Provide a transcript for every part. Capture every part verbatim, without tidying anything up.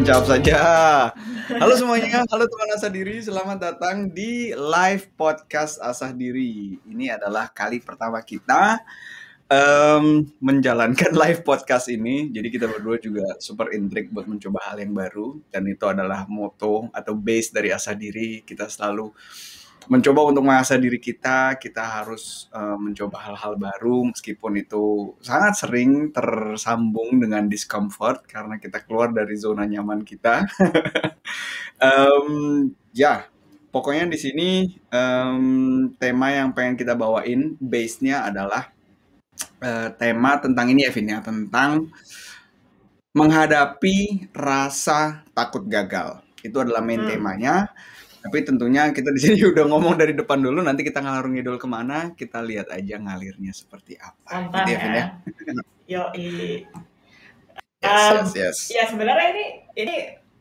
jawab saja. Halo semuanya, halo teman Asah Diri, selamat datang di live podcast Asah Diri. Ini adalah kali pertama kita um, menjalankan live podcast ini. Jadi kita berdua juga super intrik buat mencoba hal yang baru. Dan itu adalah moto atau base dari Asah Diri. Kita selalu mencoba untuk mengasah diri kita, kita harus uh, mencoba hal-hal baru meskipun itu sangat sering tersambung dengan discomfort karena kita keluar dari zona nyaman kita. um, ya, pokoknya di sini um, tema yang pengen kita bawain, base-nya adalah uh, tema tentang ini ya, Vin, ya, tentang menghadapi rasa takut gagal. Itu adalah main hmm. temanya. Tapi tentunya kita di sini udah ngomong dari depan dulu, nanti kita ngalur ngidul kemana, kita lihat aja ngalirnya seperti apa. Spontan gitu ya, Vin, ya. Yo, yes, um, yes, yes. Ya sebenarnya ini ini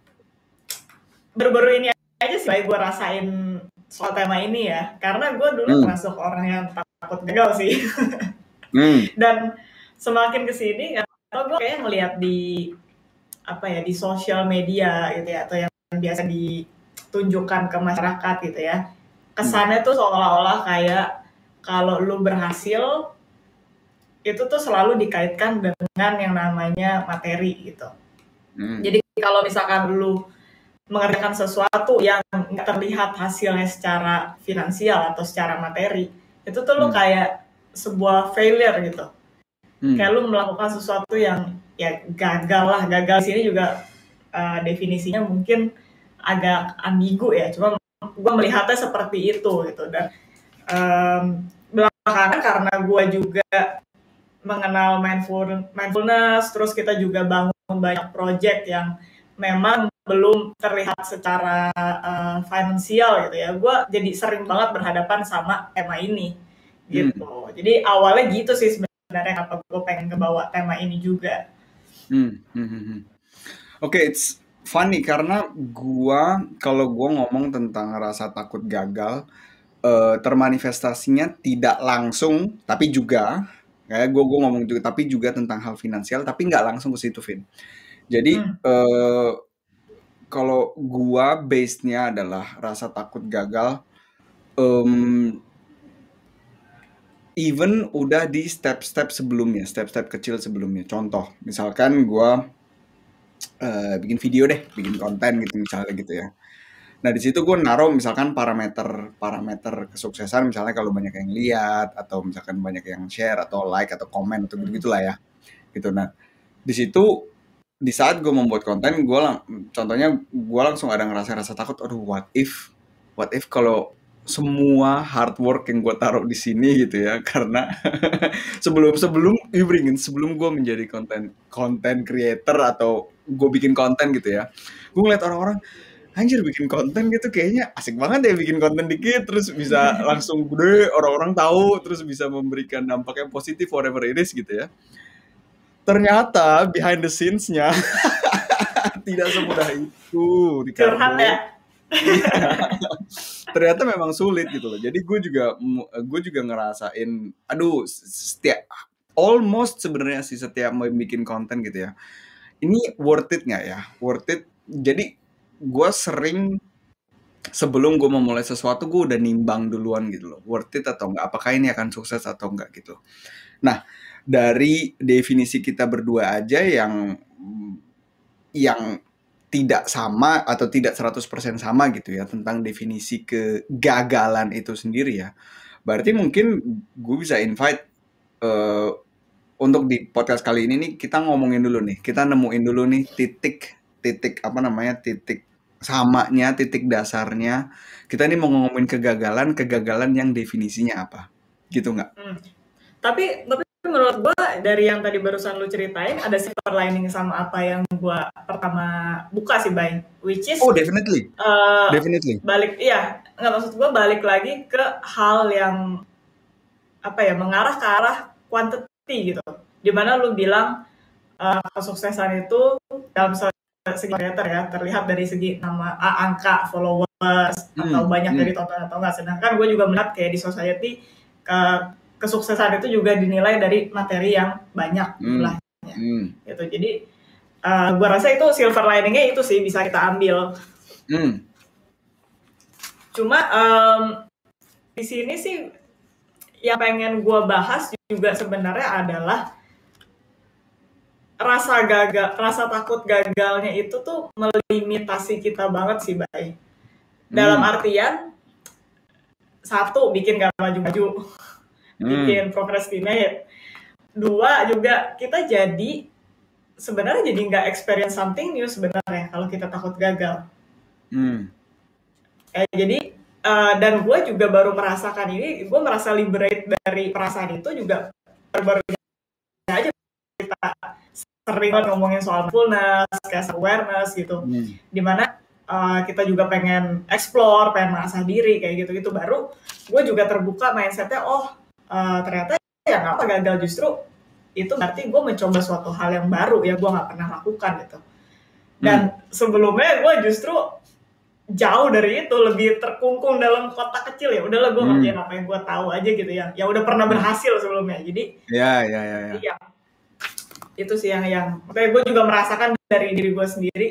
baru-baru ini aja sih, baik gue rasain soal tema ini ya, karena gue dulu hmm. termasuk orang yang takut gagal sih. hmm. Dan semakin kesini, atau gue kayak ngeliat di apa ya di sosial media gitu ya, atau yang biasa di tunjukkan ke masyarakat gitu ya, kesannya tuh seolah-olah kayak kalau lu berhasil itu tuh selalu dikaitkan dengan yang namanya materi gitu. hmm. Jadi kalau misalkan lu mengerjakan sesuatu yang nggak terlihat hasilnya secara finansial atau secara materi, itu tuh lu hmm. kayak sebuah failure gitu. hmm. Kayak lu melakukan sesuatu yang ya gagal lah. Gagal sini juga uh, definisinya mungkin agak ambigu ya, cuma gue melihatnya seperti itu gitu. Dan um, belakangan karena gue juga mengenal mindful, mindfulness, terus kita juga bangun banyak project yang memang belum terlihat secara uh, finansial gitu ya, gue jadi sering banget berhadapan sama tema ini gitu. hmm. Jadi awalnya gitu sih sebenarnya kenapa gue pengen kebawa tema ini juga. hmm. hmm, hmm. Oke, okay, it's funny karena gua kalau gua ngomong tentang rasa takut gagal, uh, termanifestasinya tidak langsung, tapi juga kayak gua gua ngomong juga, tapi juga tentang hal finansial, tapi nggak langsung ke situ, Vin. Jadi hmm. uh, kalau gua base-nya adalah rasa takut gagal, um, even udah di step-step sebelumnya, step-step kecil sebelumnya. Contoh, misalkan gua Uh, bikin video deh, bikin konten gitu misalnya gitu ya. Nah di situ gue naruh misalkan parameter parameter kesuksesan, misalnya kalau banyak yang lihat atau misalkan banyak yang share atau like atau komen atau gitu gitulah ya. Gitu. Nah di situ di saat gue membuat konten, gue lang- contohnya gue langsung ada ngerasa rasa takut. Aduh, what if, what if kalau semua hard work yang gue taruh di sini gitu ya, karena sebelum sebelum ibringin sebelum gue menjadi konten konten creator atau gue bikin konten gitu ya, gue ngeliat orang-orang anjir bikin konten gitu kayaknya asik banget ya, bikin konten dikit terus bisa langsung gede, orang-orang tahu, terus bisa memberikan dampak yang positif whatever it is gitu ya. Ternyata behind the scenes-nya tidak semudah itu. Curhat ya. Ternyata memang sulit gitu loh. Jadi gue juga gue juga ngerasain, aduh, setiap almost sebenarnya sih setiap mau bikin konten gitu ya, ini worth it nggak ya? Worth it. Jadi gue sering sebelum gue memulai sesuatu gue udah nimbang duluan gitu loh, worth it atau enggak, apakah ini akan sukses atau enggak gitu. Nah dari definisi kita berdua aja yang yang tidak sama atau tidak seratus persen sama gitu ya tentang definisi kegagalan itu sendiri ya. Berarti mungkin gue bisa invite uh, untuk di podcast kali ini nih kita ngomongin dulu nih, kita nemuin dulu nih titik titik apa namanya titik samanya, titik dasarnya. Kita nih mau ngomongin kegagalan, kegagalan yang definisinya apa, gitu nggak? Hmm. Tapi tapi menurut gue dari yang tadi barusan lu ceritain ada silver lining sama apa yang gue pertama buka sih, Bay, which is oh definitely, uh, definitely balik, iya nggak, maksud gue balik lagi ke hal yang apa ya, mengarah ke arah quantity gitu, dimana lu bilang uh, kesuksesan itu dalam segi kreator ya terlihat dari segi nama uh, angka followers hmm, atau banyak hmm. dari tonton atau enggak, sedangkan gue juga melihat kayak di society uh, kesuksesan itu juga dinilai dari materi yang banyak jumlahnya, hmm. gitu. Jadi uh, gue rasa itu silver liningnya itu sih bisa kita ambil. Hmm. Cuma um, di sini sih yang pengen gue bahas juga sebenarnya adalah rasa gagal, rasa takut gagalnya itu tuh melimitasi kita banget sih, Bay. Dalam hmm. artian satu, bikin gak maju-maju, hmm. bikin procrastinate. Dua, juga kita jadi sebenarnya jadi nggak experience something new sebenarnya kalau kita takut gagal. Hmm. Eh, jadi uh, dan gue juga baru merasakan ini, gue merasa liberate dari perasaan itu juga baru-baru aja kita sering ngomongin soal mindfulness, kayak awareness gitu, hmm. dimana uh, kita juga pengen explore, pengen mengasah diri kayak gitu-gitu, baru gue juga terbuka mindsetnya, oh uh, ternyata ya nggak apa gagal, justru itu berarti gue mencoba suatu hal yang baru ya gue nggak pernah lakukan gitu. Dan hmm. sebelumnya gue justru jauh dari itu, lebih terkungkung dalam kotak kecil, ya udahlah gue ngerjain hmm. apa yang gue tahu aja gitu ya, ya udah pernah berhasil sebelumnya, jadi ya ya ya, ya. ya itu sih yang yang makanya gue juga merasakan dari diri gue sendiri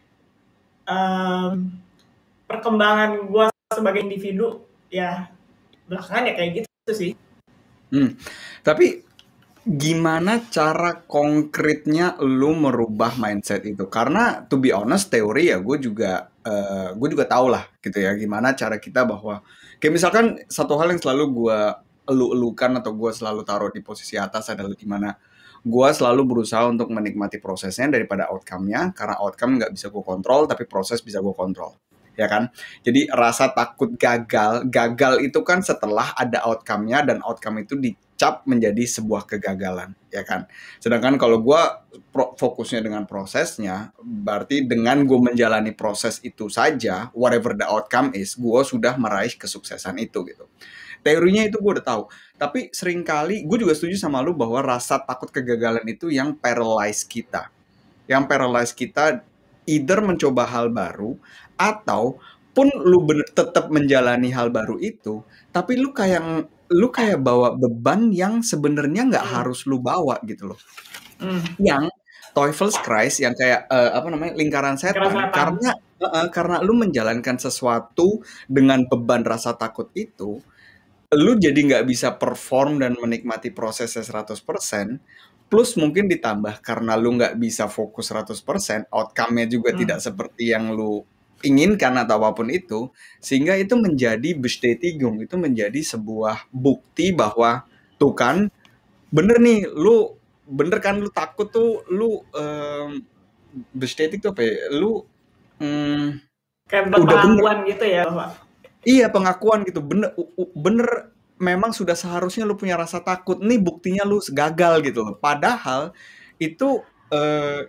um, perkembangan gue sebagai individu ya belakangan ya kayak gitu sih. Hmm. Tapi gimana cara konkretnya lu merubah mindset itu? Karena to be honest, teori ya gue juga uh, gue juga tahu lah gitu ya gimana cara kita, bahwa kayak misalkan satu hal yang selalu gue elu-elukan atau gue selalu taruh di posisi atas adalah gimana gue selalu berusaha untuk menikmati prosesnya daripada outcome-nya, karena outcome nggak bisa gue kontrol tapi proses bisa gue kontrol, ya kan? Jadi rasa takut gagal, gagal itu kan setelah ada outcome-nya dan outcome itu dicap menjadi sebuah kegagalan, ya kan? Sedangkan kalau gue pro- fokusnya dengan prosesnya, berarti dengan gue menjalani proses itu saja, whatever the outcome is, gue sudah meraih kesuksesan itu gitu. Teorinya itu gue udah tahu, tapi seringkali gue juga setuju sama lu bahwa rasa takut kegagalan itu yang paralyze kita, yang paralyze kita either mencoba hal baru atau pun lu bener, tetap menjalani hal baru itu, tapi lu kayak lu kayak bawa beban yang sebenarnya nggak hmm. harus lu bawa gitu loh. Hmm. Yang Teufelskreis, yang kayak uh, apa namanya lingkaran setan, setan. karena uh, karena lu menjalankan sesuatu dengan beban rasa takut itu, lu jadi nggak bisa perform dan menikmati prosesnya seratus persen, plus mungkin ditambah karena lu nggak bisa fokus seratus persen, outcome-nya juga hmm. tidak seperti yang lu inginkan atau apapun itu, sehingga itu menjadi Bestätigung, itu menjadi sebuah bukti bahwa tuh kan bener nih, lu bener kan lu takut tuh, lu um, Bestätig tuh apa ya, lu um, kayak pengakuan gitu ya Pak. Iya, pengakuan gitu, bener, bener memang sudah seharusnya lu punya rasa takut, nih buktinya lu gagal gitu loh. Padahal itu eh,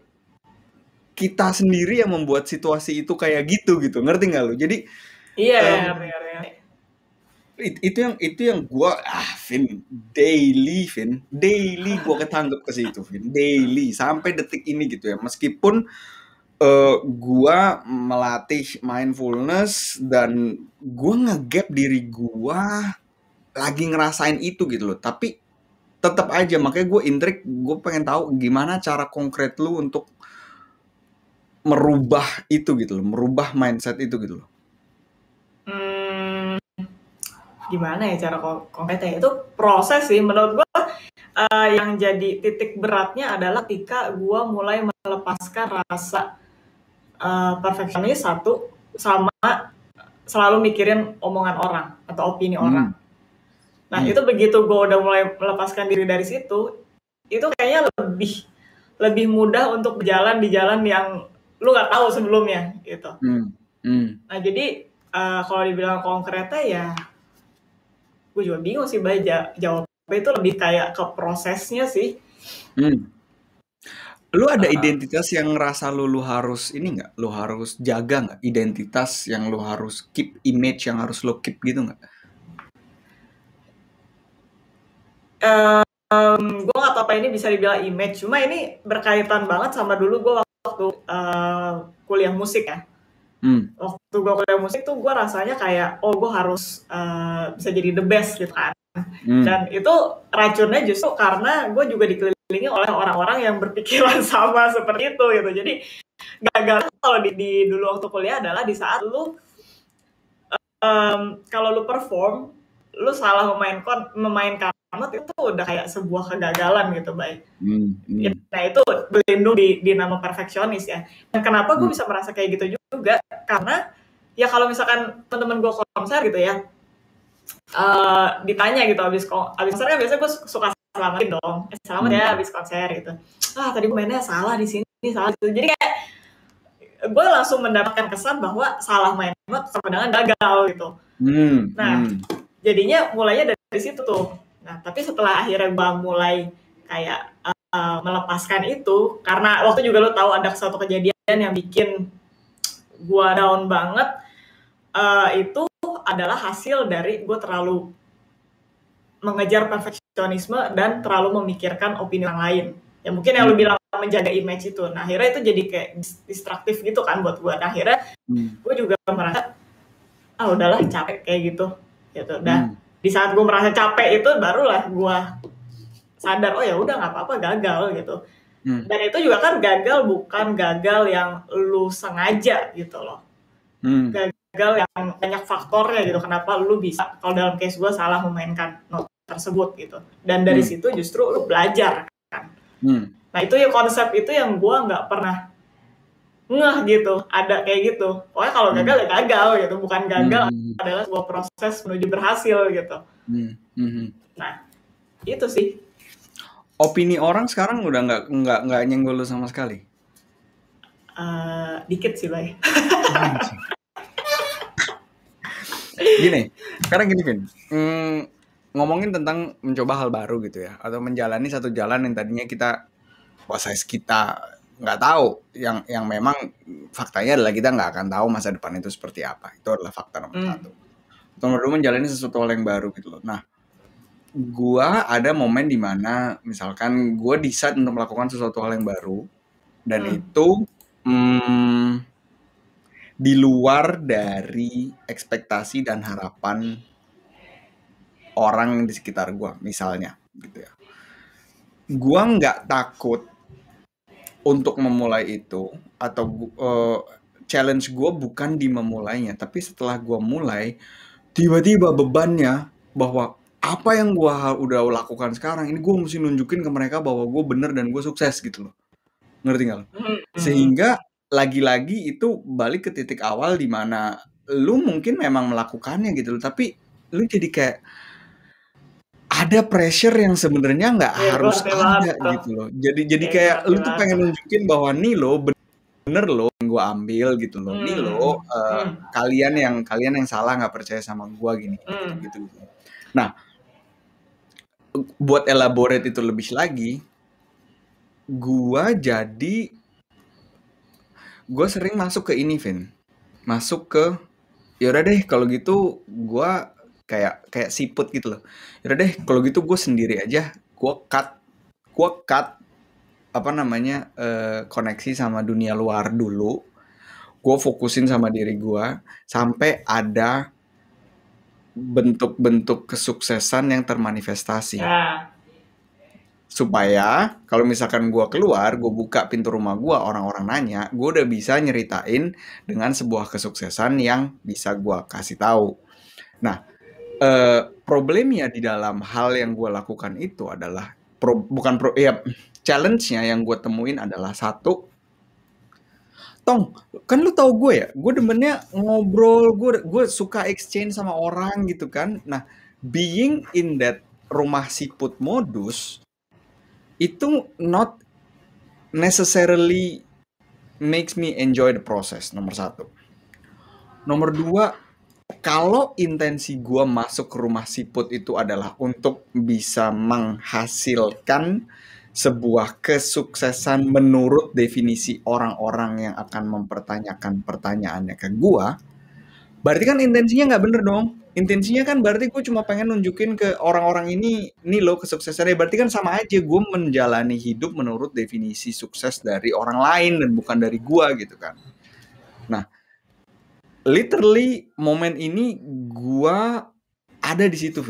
kita sendiri yang membuat situasi itu kayak gitu gitu, ngerti nggak lu? Jadi iya, um, iya, iya. It, itu yang itu yang gue ah Vin daily Vin daily gue ketangkep ke situ Vin daily sampai detik ini gitu ya, meskipun Uh, gua melatih mindfulness dan gua nge-gap diri gua lagi ngerasain itu gitu loh, tapi tetap aja makanya gue intrik, gue pengen tahu gimana cara konkret lu untuk merubah itu gitu loh, merubah mindset itu gitu loh. Hmm, gimana ya cara konkretnya? Itu proses sih menurut gua. Uh, yang jadi titik beratnya adalah ketika gua mulai melepaskan rasa Uh, perfeksionis satu, sama selalu mikirin omongan orang atau opini hmm. orang. Nah hmm. itu begitu gue udah mulai melepaskan diri dari situ, itu kayaknya lebih lebih mudah untuk berjalan di jalan yang lu nggak tahu sebelumnya gitu. Hmm. Hmm. Nah jadi uh, kalau dibilang konkretnya ya, gue juga bingung sih baca jawabnya, itu lebih kayak ke prosesnya sih. Hmm. Lu ada identitas yang ngerasa lu, lu harus ini nggak? Lu harus jaga nggak? Identitas yang lu harus keep, image yang harus lu keep gitu nggak? Um, gue nggak tahu apa ini bisa dibilang image, cuma ini berkaitan banget sama dulu gue waktu uh, kuliah musik ya. Hmm. Waktu gue kuliah musik tuh gue rasanya kayak, oh gue harus uh, bisa jadi the best gitu kan. Hmm. Dan itu racunnya justru karena gue juga dikelilingi dikelilingi oleh orang-orang yang berpikiran sama seperti itu gitu. Jadi gagal kalau di, di dulu waktu kuliah adalah di saat lu um, kalau lu perform, lu salah memainkan memainkan not itu udah kayak sebuah kegagalan gitu, baik. Hmm, hmm. Nah itu berlindung di, di nama perfeksionis ya. Dan kenapa gue hmm. bisa merasa kayak gitu juga? Karena ya kalau misalkan teman-teman gue konser gitu ya, uh, ditanya gitu abis abis konser kan biasanya gue suka selamatin dong, eh, selamat hmm. ya abis konser gitu. Ah tadi gue mainnya salah di sini, salah gitu. Jadi kayak gue langsung mendapatkan kesan bahwa salah main not sama dengan gagal gitu. Hmm. Nah hmm. jadinya mulainya dari situ tuh. Nah, tapi setelah akhirnya gue mulai kayak uh, melepaskan itu, karena waktu juga lo tahu ada suatu kejadian yang bikin gue down banget, uh, itu adalah hasil dari gue terlalu mengejar perfeksionisme dan terlalu memikirkan opini orang lain. Ya mungkin yang lo bilang menjaga image itu. Nah, akhirnya itu jadi kayak distraktif gitu kan buat gue. Nah, akhirnya gue juga merasa, ah udahlah capek kayak gitu. gitu. Dan hmm. di saat gue merasa capek itu barulah gue sadar oh ya udah nggak apa-apa gagal gitu. Hmm. Dan itu juga kan gagal bukan gagal yang lu sengaja gitu loh. Hmm. Gagal yang banyak faktornya gitu. Kenapa lu bisa kalau dalam case gue salah memainkan not tersebut gitu. Dan dari hmm. situ justru lu belajar kan. Hmm. Nah itu ya konsep itu yang gue nggak pernah ngeh gitu, ada kayak gitu. Pokoknya kalau gagal hmm. ya gagal gitu, bukan gagal hmm. adalah sebuah proses menuju berhasil gitu. Hmm. Hmm. Nah, itu sih. Opini orang sekarang udah nggak nggak nggak nyenggol lu sama sekali? Uh, dikit sih, Bay. Gini, sekarang gini, Vin. Hmm, ngomongin tentang mencoba hal baru gitu ya, atau menjalani satu jalan yang tadinya kita, proses kita nggak tahu, yang yang memang faktanya adalah kita nggak akan tahu masa depan itu seperti apa. Itu adalah fakta nomor hmm. satu. Nomor dua, menjalani sesuatu hal yang baru gitu loh. Nah, gua ada momen di mana misalkan gua decide untuk melakukan sesuatu hal yang baru dan hmm. itu hmm, di luar dari ekspektasi dan harapan orang di sekitar gua, misalnya gitu ya. Gua nggak takut untuk memulai itu, atau uh, challenge gue bukan di memulainya, tapi setelah gue mulai, tiba-tiba bebannya bahwa apa yang gue udah lakukan sekarang ini gue mesti nunjukin ke mereka bahwa gue bener dan gue sukses gitu loh, ngerti nggak lo? Sehingga lagi-lagi itu balik ke titik awal di mana lu mungkin memang melakukannya gitu loh, tapi lu jadi kayak ada pressure yang sebenarnya nggak ya, harus ada banget, gitu loh. Jadi jadi ya, kayak lu tuh pengen nunjukin bahwa nih lo bener lo yang gue ambil gitu loh. Hmm. Nih lo uh, hmm. kalian yang kalian yang salah nggak percaya sama gue gini hmm. gitu gitu. Nah, buat elaborate itu lebih lagi, gue jadi gue sering masuk ke ini, Vin. Masuk ke yaudah deh kalau gitu gue kayak kayak siput gitu loh. Yaudah deh kalau gitu gue sendiri aja, gue cut gue cut apa namanya uh, koneksi sama dunia luar dulu, gue fokusin sama diri gue sampai ada bentuk-bentuk kesuksesan yang termanifestasi ya. Supaya kalau misalkan gue keluar, gue buka pintu rumah gue, orang-orang nanya, gue udah bisa nyeritain dengan sebuah kesuksesan yang bisa gue kasih tahu. Nah, Uh, problemnya di dalam hal yang gue lakukan itu adalah pro, bukan pro, ya challenge-nya yang gue temuin adalah satu, Tong, kan lu tahu gue ya, gue demennya ngobrol, gue gue suka exchange sama orang gitu kan. Nah, being in that rumah siput modus itu not necessarily makes me enjoy the process. Nomor satu. Nomor dua, kalau intensi gue masuk ke rumah siput itu adalah untuk bisa menghasilkan sebuah kesuksesan menurut definisi orang-orang yang akan mempertanyakan pertanyaannya ke gue, berarti kan intensinya nggak bener dong. Intensinya kan berarti gue cuma pengen nunjukin ke orang-orang ini, nih loh kesuksesannya. Berarti kan sama aja gue menjalani hidup menurut definisi sukses dari orang lain dan bukan dari gue gitu kan. Nah, literally momen ini gue ada di situ, Vin.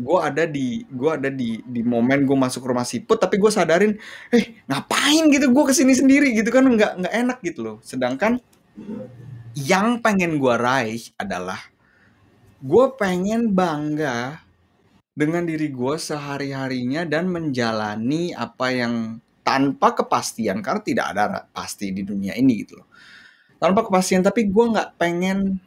gue ada di gue ada di di momen gue masuk rumah siput, tapi gue sadarin, eh ngapain gitu gue kesini sendiri gitu kan, nggak nggak enak gitu loh. Sedangkan yang pengen gue raih adalah gue pengen bangga dengan diri gue sehari-harinya dan menjalani apa yang tanpa kepastian, karena tidak ada pasti di dunia ini gitu loh, tanpa kepastian. Tapi gue nggak pengen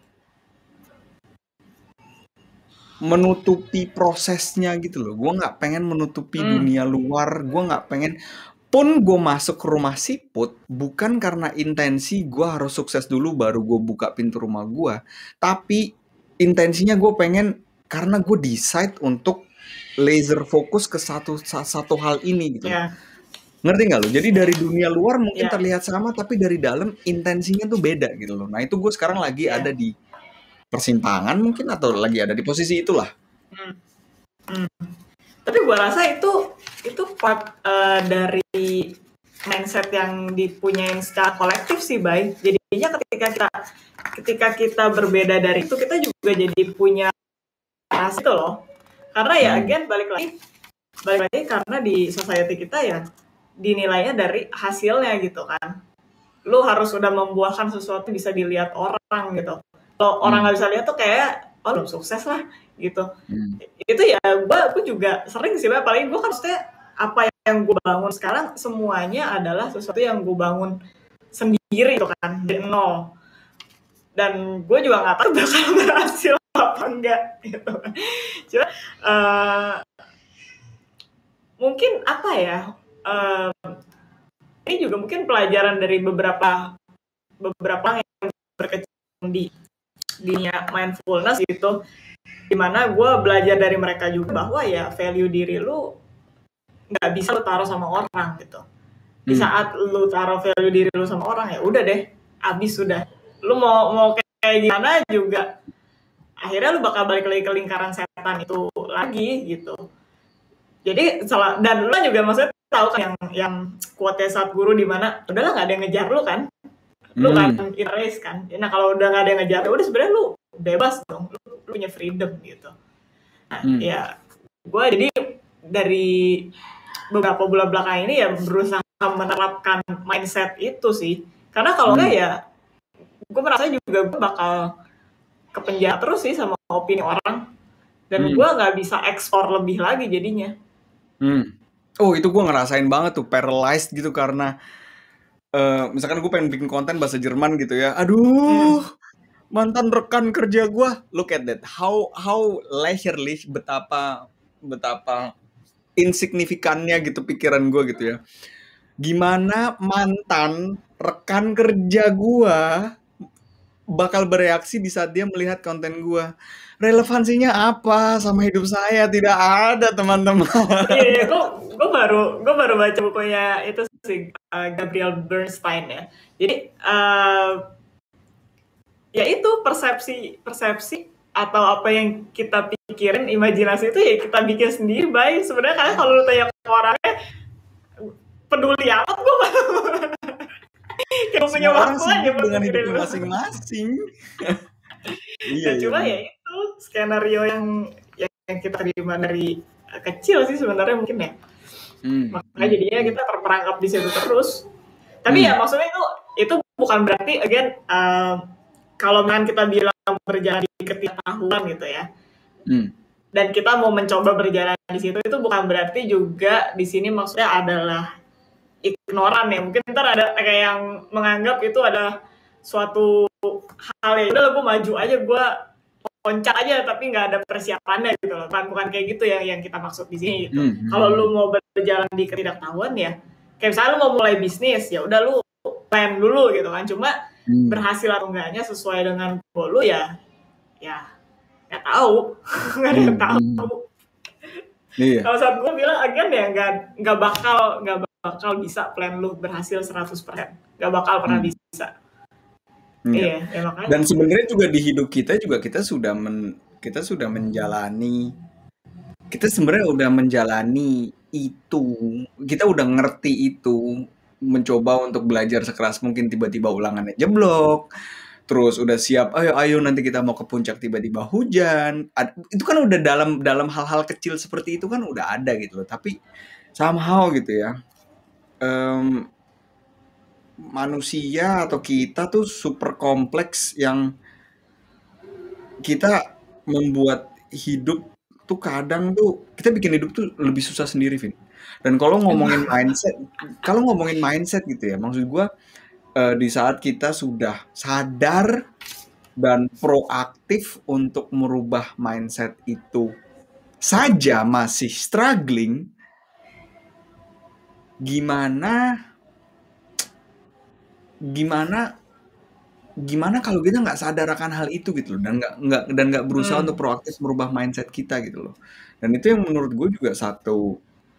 menutupi prosesnya gitu loh. Gue nggak pengen menutupi hmm. dunia luar. Gue nggak pengen, pun gue masuk ke rumah siput bukan karena intensi gue harus sukses dulu baru gue buka pintu rumah gue, tapi intensinya gue pengen karena gue decide untuk laser fokus ke satu satu hal ini gitu. Yeah. Ngerti nggak lo? Jadi dari dunia luar mungkin yeah. terlihat sama, tapi dari dalam intensinya tuh beda gitu loh. Nah itu gue sekarang lagi yeah. ada di persimpangan mungkin, atau lagi ada di posisi itulah. Hmm. Hmm. Tapi gue rasa itu itu part uh, dari mindset yang dipunyain secara kolektif sih, Bay. Jadinya ketika kita ketika kita berbeda dari itu, kita juga jadi punya rasa itu loh. Karena ya, hmm. again balik lagi, balik lagi karena di society kita ya dinilainya dari hasilnya gitu kan. Lu harus udah membuahkan sesuatu bisa dilihat orang gitu. Kalau hmm. orang nggak bisa lihat tuh kayak, oh belum sukses lah gitu. Hmm. Itu ya, gue aku juga sering sih, apalagi gue kan maksudnya apa yang gue bangun sekarang semuanya adalah sesuatu yang gue bangun sendiri gitu kan, dari nol. Dan gue juga nggak tahu bakal berhasil apa enggak gitu. Cuma uh, mungkin apa ya? Uh, ini juga mungkin pelajaran dari beberapa beberapa yang berkecimpung di dunia mindfulness gitu, dimana gue belajar dari mereka juga bahwa ya value diri lu nggak bisa lu taruh sama orang gitu. Di saat hmm. lu taruh value diri lu sama orang, ya udah deh, abis sudah. Lu mau mau kayak gimana juga, akhirnya lu bakal balik lagi ke lingkaran setan itu lagi gitu. Jadi salah, dan lu juga maksudnya tahu kan yang yang quote saat guru di mana udahlah nggak ada yang ngejar lu kan. Lu hmm. kan erase kan. Nah kalau udah gak ada yang ngejar, udah sebenarnya lu bebas dong, lu, lu punya freedom gitu. Nah hmm. ya gue jadi dari beberapa bulan belakang ini ya berusaha menerapkan mindset itu sih. Karena kalau enggak hmm. ya gue merasa juga gue bakal kepenjara terus sih sama opini orang. Dan hmm. gue gak bisa ekspor lebih lagi jadinya. Hmm. Oh itu gue ngerasain banget tuh, paralyzed gitu karena Uh, misalkan gue pengen bikin konten bahasa Jerman gitu ya, aduh, hmm. mantan rekan kerja gue, look at that, how how leisurely, betapa betapa insignifikannya gitu pikiran gue gitu ya. Gimana mantan rekan kerja gue bakal bereaksi di saat dia melihat konten gue? Relevansinya apa sama hidup saya? Tidak ada, teman-teman. Iya, gue gue baru gue baru baca bukunya itu si uh, Gabriel Bernstein ya. Jadi uh, ya itu persepsi persepsi atau apa yang kita pikirin, imajinasi itu ya kita bikin sendiri, Bay. Sebenarnya karena kalau lu tanya ke orangnya peduli amat, gue kayak punya waktu aja dengan hidup masing-masing. Iya, ya, cuma iya. ya itu skenario yang yang kita terima dari kecil sih sebenarnya mungkin ya. Hmm. Makanya jadinya kita terperangkap di situ terus. Tapi hmm. ya maksudnya itu itu bukan berarti again uh, kalau kan kita bilang berjalan di ketidaktahuan gitu ya. Hmm. Dan kita mau mencoba berjalan di situ, itu bukan berarti juga di sini maksudnya adalah ignoran ya. Mungkin ntar ada kayak yang menganggap itu ada suatu hal ya udah gue maju aja, gue loncat aja tapi nggak ada persiapannya gitu loh. Bukan bukan kayak gitu ya yang kita maksud di sini gitu. Hmm. Kalau lu mau berjalan di ketidaktahuan ya, kayak misalnya lu mau mulai bisnis ya udah lu plan dulu gitu kan. Cuma hmm. berhasil atau enggaknya sesuai dengan goal lu ya ya nggak tahu, nggak ada yang tahu. Iya. Kalau saat gue bilang again ya nggak nggak bakal nggak bakal bisa plan lu berhasil seratus persen, nggak bakal pernah hmm. bisa. Iya, ya makanya. Dan sebenarnya juga di hidup kita juga kita sudah men, kita sudah menjalani, kita sebenarnya udah menjalani itu, kita udah ngerti itu, mencoba untuk belajar sekeras mungkin, tiba-tiba ulangannya jeblok, terus udah siap, ayo ayo nanti kita mau ke puncak tiba-tiba hujan. Ad, itu kan udah dalam dalam hal-hal kecil seperti itu kan udah ada gitu loh. Tapi somehow gitu ya, um, manusia atau kita tuh super kompleks yang kita membuat hidup tuh kadang tuh kita bikin hidup tuh lebih susah sendiri, Vin. Dan kalau ngomongin mindset, kalau ngomongin mindset gitu ya, maksud gue uh, di saat kita sudah sadar dan proaktif untuk merubah mindset itu saja masih struggling, gimana gimana gimana kalau kita nggak sadar akan hal itu gitu loh, dan nggak nggak dan nggak berusaha hmm. untuk proaktif merubah mindset kita gitu loh. Dan itu yang menurut gue juga satu,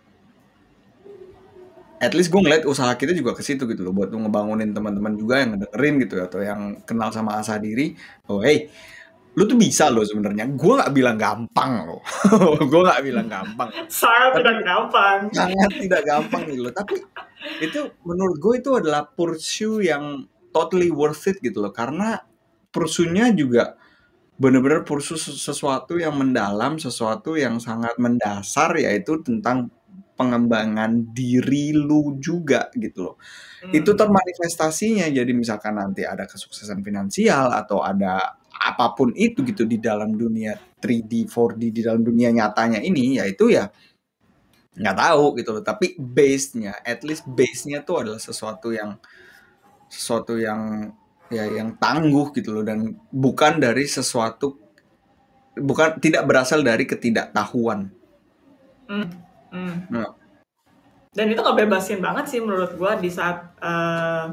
at least gue ngeliat usaha kita juga ke situ gitu loh, buat ngebangunin teman-teman juga yang ngedengerin gitu atau yang kenal sama Asah Diri. Oh hey, lu tuh bisa loh sebenarnya. Gue nggak bilang gampang loh. Gue nggak bilang gampang. Sangat tidak gampang. Sangat tidak gampang nih loh. Tapi itu menurut gue itu adalah pursuit yang totally worth it gitu loh. Karena pursuitnya juga benar-benar pursuit sesuatu yang mendalam, sesuatu yang sangat mendasar, yaitu tentang pengembangan diri lu juga gitu loh. Hmm. Itu termanifestasinya. Jadi misalkan nanti ada kesuksesan finansial atau ada apapun itu gitu di dalam dunia tiga D, empat D, di dalam dunia nyatanya ini, yaitu ya nggak tahu gitu loh. Tapi base-nya, at least base-nya tuh adalah sesuatu yang sesuatu yang ya yang tangguh gitu loh, dan bukan dari sesuatu, bukan tidak berasal dari ketidaktahuan. Hmm. Hmm. Nah. Dan itu ngebebasin banget sih menurut gue di saat uh,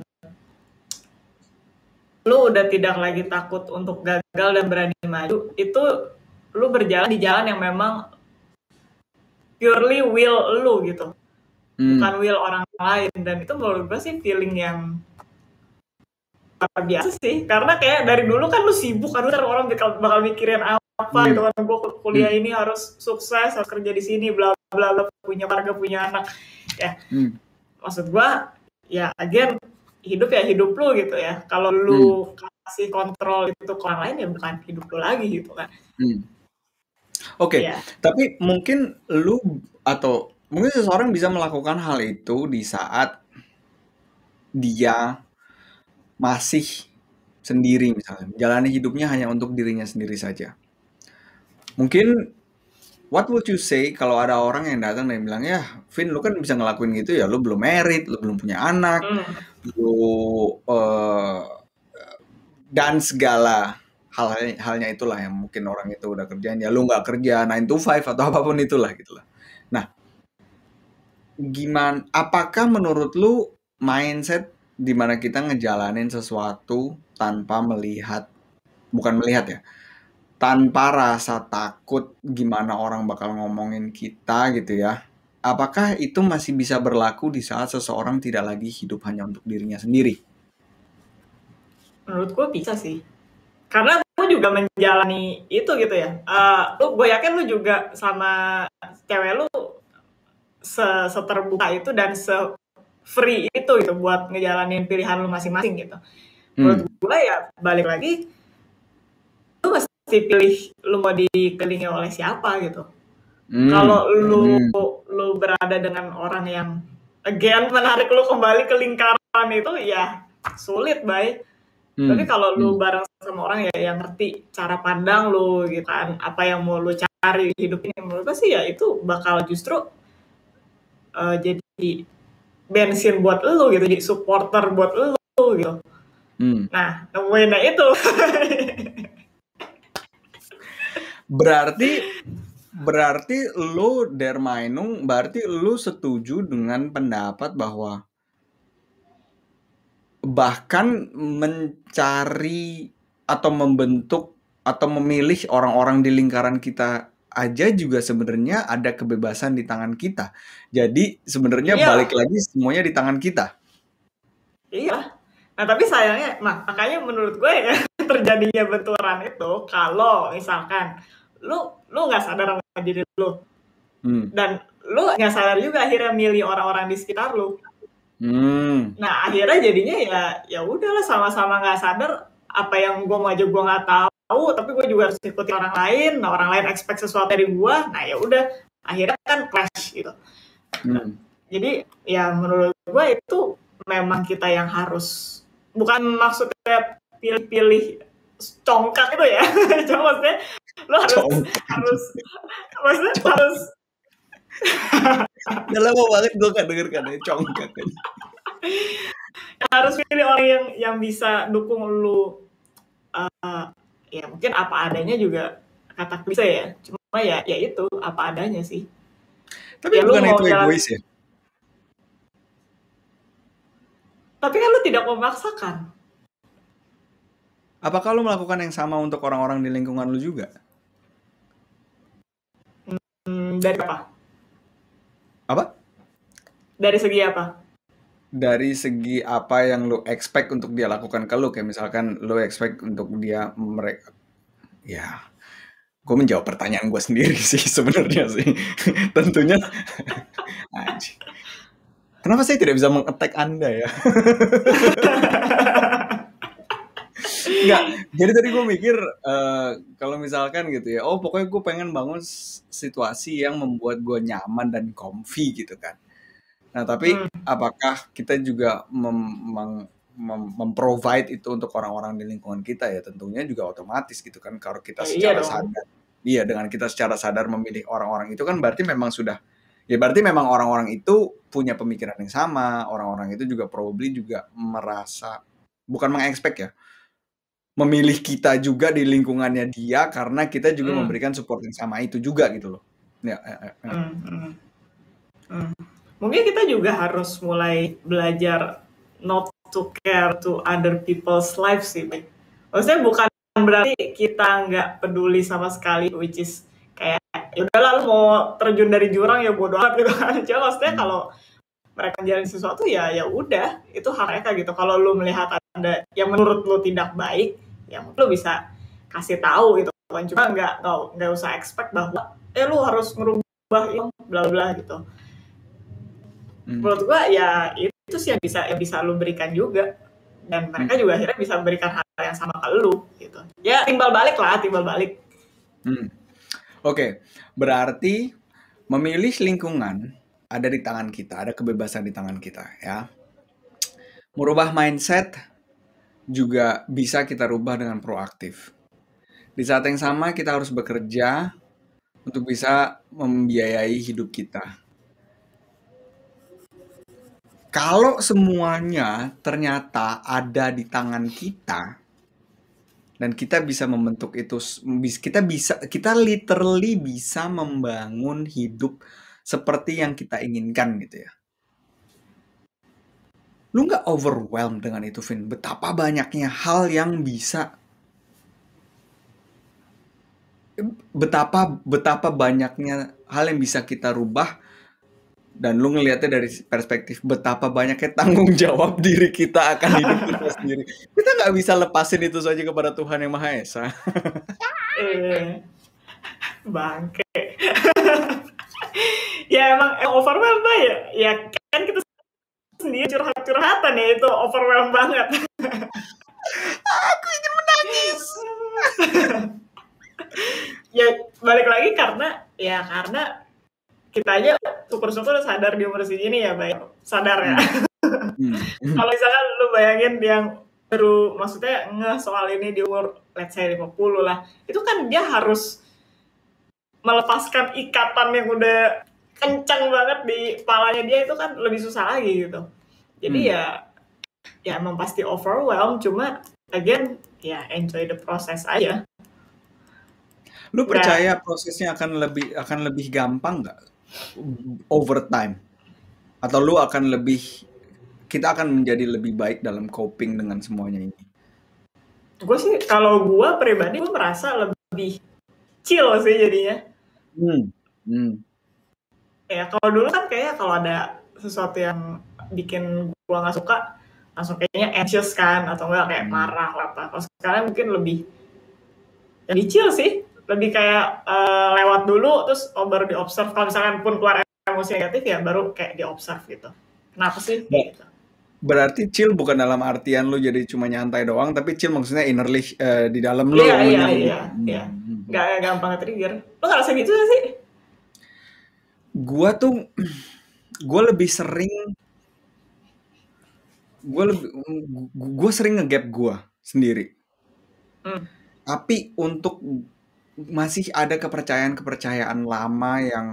lu udah tidak lagi takut untuk gagal dan berani maju. Itu lu berjalan di jalan yang memang purely will lu gitu, hmm. bukan will orang lain. Dan itu menurut gue sih feeling yang luar biasa sih, karena kayak dari dulu kan lu sibuk kan, orang bakal, bakal mikirin apa hmm. gitu kan, gue kuliah hmm. ini harus sukses, harus kerja di sini, bla bla bla, punya keluarga, punya anak ya. hmm. Maksud gue ya again, hidup ya hidup lu gitu ya. Kalau lu hmm. kasih kontrol itu ke orang lain ya bukan hidup lu lagi gitu kan. Hmm. Oke, okay. yeah. Tapi mungkin lu atau mungkin seseorang bisa melakukan hal itu di saat dia masih sendiri misalnya, menjalani hidupnya hanya untuk dirinya sendiri saja. Mungkin what would you say kalau ada orang yang datang dan bilang, ya Vin, lu kan bisa ngelakuin gitu ya, lu belum married, lu belum punya anak, mm. lu uh, dan segala hal halnya itulah yang mungkin orang itu udah kerjain, ya lu nggak kerja nine to five atau apapun itulah gitu lah. Nah, gimana? Apakah menurut lu mindset di mana kita ngejalanin sesuatu tanpa melihat, bukan melihat ya, tanpa rasa takut gimana orang bakal ngomongin kita gitu ya, apakah itu masih bisa berlaku di saat seseorang tidak lagi hidup hanya untuk dirinya sendiri? Menurut gue bisa sih, karena gue juga menjalani itu gitu ya. Uh, lu, gue yakin lu juga sama cewek lu seterbuka itu dan se free itu gitu buat ngejalanin pilihan lu masing-masing gitu. Menurut hmm. gue ya balik lagi, lu mesti pilih lu mau dikelilingi oleh siapa gitu. Hmm. Kalau lu hmm. lu berada dengan orang yang again menarik lu kembali ke lingkaran itu ya sulit, bay. Hmm. Tapi kalau lu bareng sama orang ya yang ngerti cara pandang lu gitu kan, apa yang mau lu cari hidup ini, menurut gue sih ya itu bakal justru uh, jadi bensin buat lu gitu, jadi supporter buat lu gitu. Hmm. Nah, nemuin itu. berarti berarti lu der Meinung, berarti lu setuju dengan pendapat bahwa bahkan mencari atau membentuk atau memilih orang-orang di lingkaran kita aja juga sebenarnya ada kebebasan di tangan kita. Jadi sebenarnya iya. balik lagi semuanya di tangan kita. Iya. Nah tapi sayangnya, nah, makanya menurut gue ya terjadinya benturan itu kalau misalkan lu lu nggak sadar sama diri lu, hmm. dan lu nggak sadar juga akhirnya milih orang-orang di sekitar lu. Hmm. Nah akhirnya jadinya ya ya udahlah, sama-sama nggak sadar, apa yang gue mau aja gue nggak tahu, tapi gue juga harus ikuti orang lain. Nah orang lain expect sesuatu dari gue, nah ya udah akhirnya kan clash gitu. Hmm. Jadi ya menurut gue itu memang kita yang harus, bukan maksudnya pilih-pilih congkak itu ya, cuma maksudnya lo harus congkak. harus maksudnya harus udah lama banget gue gak denger kan ya congkak kan. Harus pilih orang yang yang bisa dukung lu, uh, ya mungkin apa adanya juga kata bisa ya, cuma ya ya itu apa adanya sih. Tapi ya, bukan itu egois ya. Tapi kan lu tidak memaksakan. Apakah lu melakukan yang sama untuk orang-orang di lingkungan lu juga? Hmm, dari apa? Apa? Dari segi apa? Dari segi apa yang lu expect untuk dia lakukan ke lu. Kayak misalkan lu expect untuk dia mereka, ya gue menjawab pertanyaan gue sendiri sih sebenarnya sih. Tentunya anjing. Kenapa saya tidak bisa meng-attack Anda ya? Enggak, jadi tadi gue mikir uh, kalau misalkan gitu ya, oh pokoknya gue pengen bangun situasi yang membuat gue nyaman dan comfy gitu kan. Nah tapi hmm. apakah kita juga mem- mem- memprovide itu untuk orang-orang di lingkungan kita ya? Tentunya juga otomatis gitu kan, kalau kita secara iya sadar, iya dengan kita secara sadar memilih orang-orang itu kan berarti memang sudah, ya berarti memang orang-orang itu punya pemikiran yang sama, orang-orang itu juga probably juga merasa, bukan mengexpect ya, memilih kita juga di lingkungannya dia karena kita juga hmm. memberikan support yang sama itu juga gitu loh. Ya, ya, ya. Hmm, hmm. Hmm. Mungkin kita juga harus mulai belajar not to care to other people's lives sih. Maksudnya bukan berarti kita nggak peduli sama sekali, which is kayak ya udahlah lu mau terjun dari jurang ya bodo amat gitu kan. Cuma maksudnya hmm. kalau mereka menjalani sesuatu ya ya udah itu hak mereka gitu. Kalau lu melihat ada yang menurut lu tidak baik, ya lu bisa kasih tahu gitu kan. Cuma nggak nggak usah expect bahwa eh lu harus merubah yang bla bla gitu. Hmm. Menurut gua ya itu sih yang bisa yang bisa lu berikan juga, dan mereka hmm. juga akhirnya bisa memberikan hal yang sama ke lu gitu. Ya timbal balik lah, timbal balik. Hmm. Oke, okay. Berarti memilih lingkungan ada di tangan kita, ada kebebasan di tangan kita ya. Merubah mindset juga bisa kita rubah dengan proaktif. Di saat yang sama kita harus bekerja untuk bisa membiayai hidup kita. Kalau semuanya ternyata ada di tangan kita dan kita bisa membentuk itu, kita bisa, kita literally bisa membangun hidup seperti yang kita inginkan gitu ya. Lu gak overwhelmed dengan itu, Vin? Betapa banyaknya hal yang bisa, betapa betapa banyaknya hal yang bisa kita rubah, dan lu ngelihatnya dari perspektif betapa banyaknya tanggung jawab diri kita akan hidup kita sendiri. Kita gak bisa lepasin itu saja kepada Tuhan Yang Maha Esa. eh, bangke. Ya emang, emang overwhelmed ya. Ya kan kita sendiri curhat-curhatan ya, itu overwhelmed banget. Aku ingin menangis. Ya balik lagi karena ya karena kita aja syukur-syukur sadar di umur segini ya, baik sadar ya. Hmm. Hmm. Kalau misalkan lu bayangin yang baru maksudnya ngeh soal ini di umur let's say lima puluh lah, itu kan dia harus melepaskan ikatan yang udah kencang banget di kepalanya dia, itu kan lebih susah lagi gitu. Jadi hmm. ya ya emang pasti overwhelmed, cuma again ya enjoy the process aja. Lu percaya nah, prosesnya akan lebih akan lebih gampang nggak over time? Atau lu akan lebih, kita akan menjadi lebih baik dalam coping dengan semuanya ini? Gue sih kalau gue pribadi gue merasa lebih chill sih jadinya. Hmm. Hmm. Ya kalau dulu kan kayaknya kalau ada sesuatu yang bikin gue nggak suka langsung kayaknya anxious kan, atau enggak kayak hmm. marah lah apa. Kalau sekarang mungkin lebih lebih chill sih, lebih kayak uh, lewat dulu terus oh, baru di observe. Kalau misalkan pun keluar emosi negatif ya baru kayak di observe gitu. Kenapa sih? Kayak gitu. Berarti chill bukan dalam artian lu jadi cuma nyantai doang, tapi chill maksudnya innerly uh, di dalam lu. Iya, iya, iya, iya. Gak gampang trigger. Lu ngerasa gitu gak sih? Gua tuh, gua lebih sering, gua lebih, gua sering nge-gap gua sendiri. Hmm. Tapi untuk masih ada kepercayaan-kepercayaan lama yang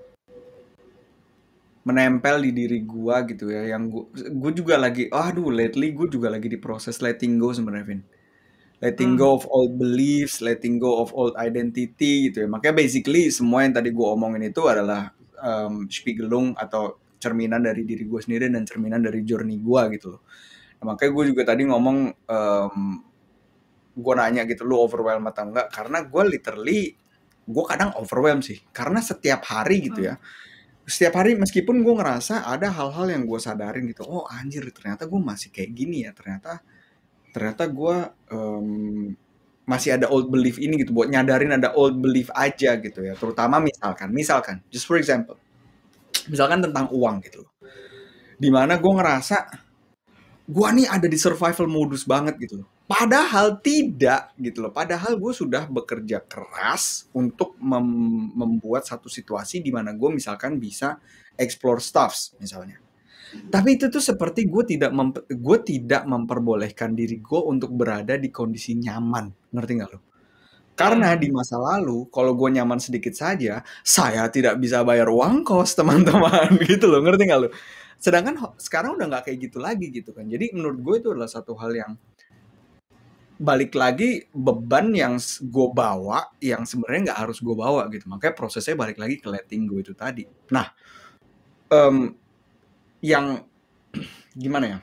menempel di diri gua gitu ya, yang gua, gua juga lagi, aduh lately gua juga lagi di proses letting go sebenarnya, Vin. Letting Hmm. go of old beliefs, letting go of old identity gitu ya. Makanya basically semua yang tadi gua omongin itu adalah um, spiegelung atau cerminan dari diri gua sendiri dan cerminan dari journey gua gitu loh. Nah, makanya gua juga tadi ngomong, um, gue nanya gitu, lu overwhelmed atau enggak? Karena gue literally, gue kadang overwhelmed sih. Karena setiap hari gitu ya, setiap hari meskipun gue ngerasa ada hal-hal yang gue sadarin gitu, oh anjir ternyata gue masih kayak gini ya, ternyata ternyata gue um, masih ada old belief ini gitu, buat nyadarin ada old belief aja gitu ya. Terutama misalkan, misalkan, just for example, misalkan tentang uang gitu loh. Dimana gue ngerasa, gue nih ada di survival modus banget gitu loh. Padahal tidak gitu loh. Padahal gue sudah bekerja keras untuk mem- membuat satu situasi di mana gue misalkan bisa explore stuffs misalnya. Tapi itu tuh seperti gue tidak mem- gue tidak memperbolehkan diri gue untuk berada di kondisi nyaman. Ngerti nggak lo? Karena di masa lalu kalau gue nyaman sedikit saja, saya tidak bisa bayar uang kos teman-teman gitu loh. Ngerti nggak lo? Sedangkan sekarang udah nggak kayak gitu lagi gitu kan. Jadi menurut gue itu adalah satu hal yang balik lagi beban yang gue bawa yang sebenarnya nggak harus gue bawa gitu. Makanya prosesnya balik lagi ke letting go itu tadi. Nah, um, yang gimana ya?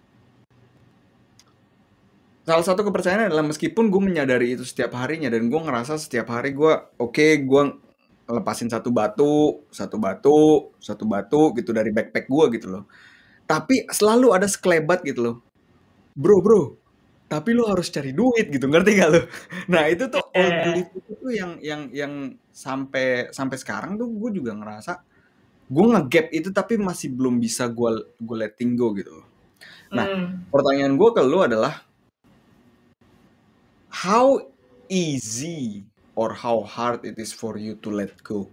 Salah satu kepercayaan adalah meskipun gue menyadari itu setiap harinya dan gue ngerasa setiap hari gue oke okay, gue lepasin satu batu, satu batu, satu batu gitu dari backpack gue gitu loh. Tapi selalu ada sekelebat gitu loh. Bro, bro, tapi lu harus cari duit gitu, ngerti gak lu? Nah itu tuh old belief itu tuh yang yang yang sampai sampai sekarang tuh gue juga ngerasa gue nge-gap itu tapi masih belum bisa gue gue letting go gitu. Nah hmm. pertanyaan gue ke lu adalah how easy or how hard it is for you to let go?